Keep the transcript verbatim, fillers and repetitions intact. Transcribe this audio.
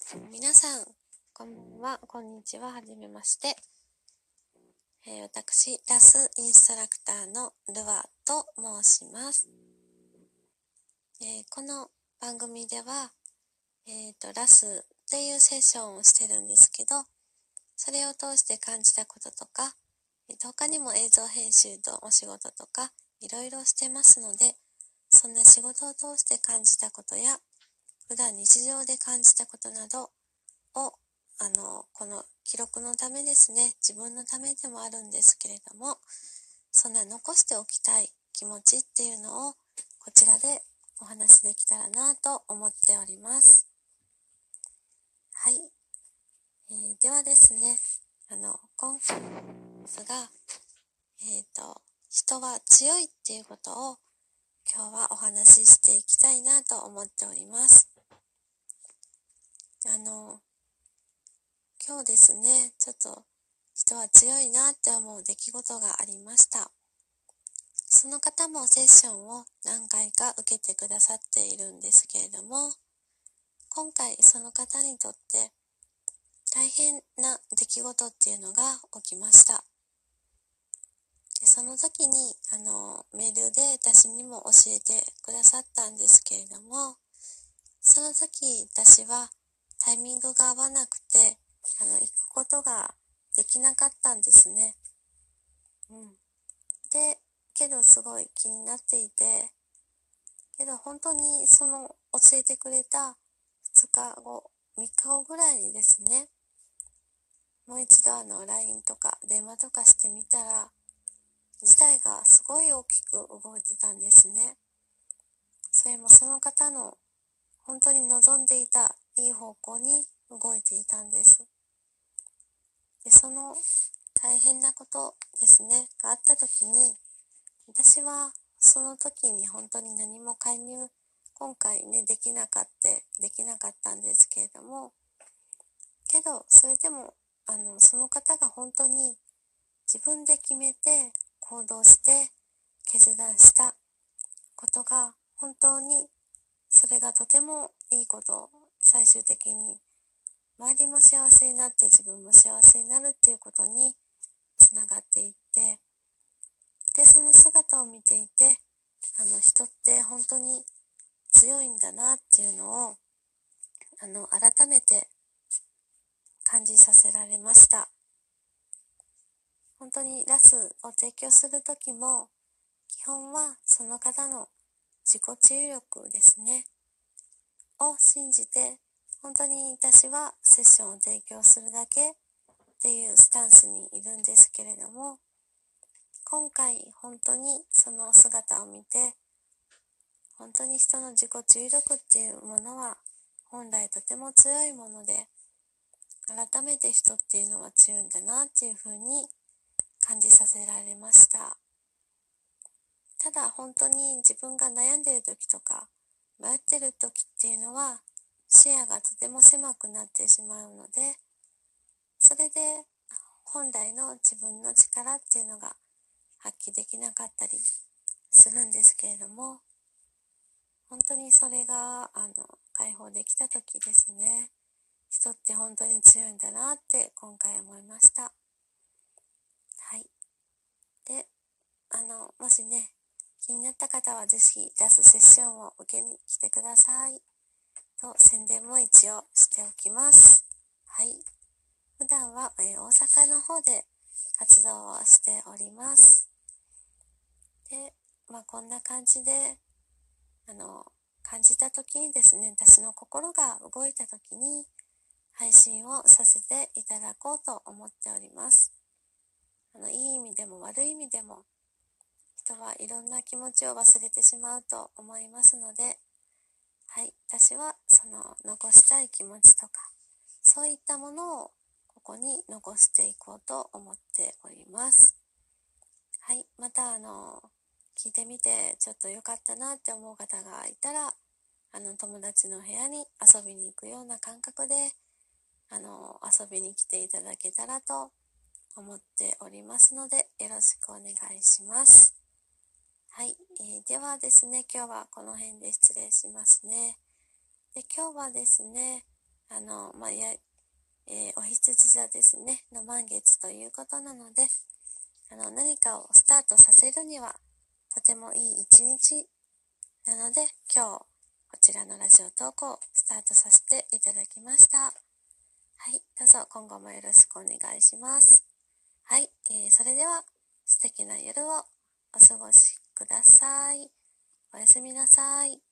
皆さん、こんばんは、こんにちは、はじめまして。えー、私、ラスインストラクターのルアと申します。えー、この番組では、えーと、ラスっていうセッションをしてるんですけど、それを通して感じたこととか、えーと、他にも映像編集とお仕事とか、いろいろしてますので、そんな仕事を通して感じたことや、普段日常で感じたことなどを、あの、この記録のためですね、自分のためでもあるんですけれども、そんな残しておきたい気持ちっていうのを、こちらでお話できたらなと思っております。はい。えー、ではですね、あの、今回ですが、えっと、人は強いっていうことを今日はお話ししていきたいなと思っております。あの、今日ですね、ちょっと人は強いなって思う出来事がありました。その方もセッションを何回か受けてくださっているんですけれども、今回その方にとって大変な出来事っていうのが起きました。でその時にあのメールで私にも教えてくださったんですけれども、その時私はタイミングが合わなくてあの行くことができなかったんですね。うん。で、けどすごい気になっていて、けど本当にその教えてくれたふつかご、みっかごぐらいにですね、もう一度あの ライン とか電話とかしてみたら、事態がすごい大きく動いてたんですね。それもその方の本当に望んでいたいい方向に動いていたんです。で、その大変なことですね、があった時に、私はその時に本当に何も介入、今回ね、できなかった、できなかったんですけれども、けど、それでも、あの、その方が本当に自分で決めて行動して決断したことが、本当にそれがとてもいいこと、最終的に周りも幸せになって自分も幸せになるっていうことにつながっていって、で、その姿を見ていて、あの、人って本当に強いんだなっていうのを、あの、改めて感じさせられました。本当にラスを提供するときも、基本はその方の自己治癒力ですね、を信じて、本当に私はセッションを提供するだけっていうスタンスにいるんですけれども、今回本当にその姿を見て、本当に人の自己治癒力っていうものは本来とても強いもので、改めて人っていうのは強いんだなっていうふうに感じさせられました。ただ本当に自分が悩んでいる時とか迷っている時っていうのは視野がとても狭くなってしまうので、それで本来の自分の力っていうのが発揮できなかったりするんですけれども、本当にそれがあの解放できた時ですね。人って本当に強いんだなって今回思いました。はい。で、あの、もしね、気になった方はぜひラスセッションを受けに来てください。と宣伝も一応しておきます。はい。普段は、えー、大阪の方で活動をしております。で、まあこんな感じで、あの、感じた時にですね、私の心が動いた時に配信をさせていただこうと思っております。あの、いい意味でも悪い意味でも、人はいろんな気持ちを忘れてしまうと思いますので、はい、私はその残したい気持ちとか、そういったものをここに残していこうと思っております。はい、またあの、聞いてみてちょっと良かったなって思う方がいたら、あの友達の部屋に遊びに行くような感覚で、あの、遊びに来ていただけたらと思っておりますので、よろしくお願いします。はい、えー、ではですね、今日はこの辺で失礼しますね。で、今日はですね、 あの、まあ、や、えー、お羊座ですね、の満月ということなので、あの、何かをスタートさせるには、とてもいい一日なので、今日、こちらのラジオ投稿をスタートさせていただきました。はい、どうぞ今後もよろしくお願いします。はい、えー、それでは、素敵な夜をお過ごしください。おやすみなさい。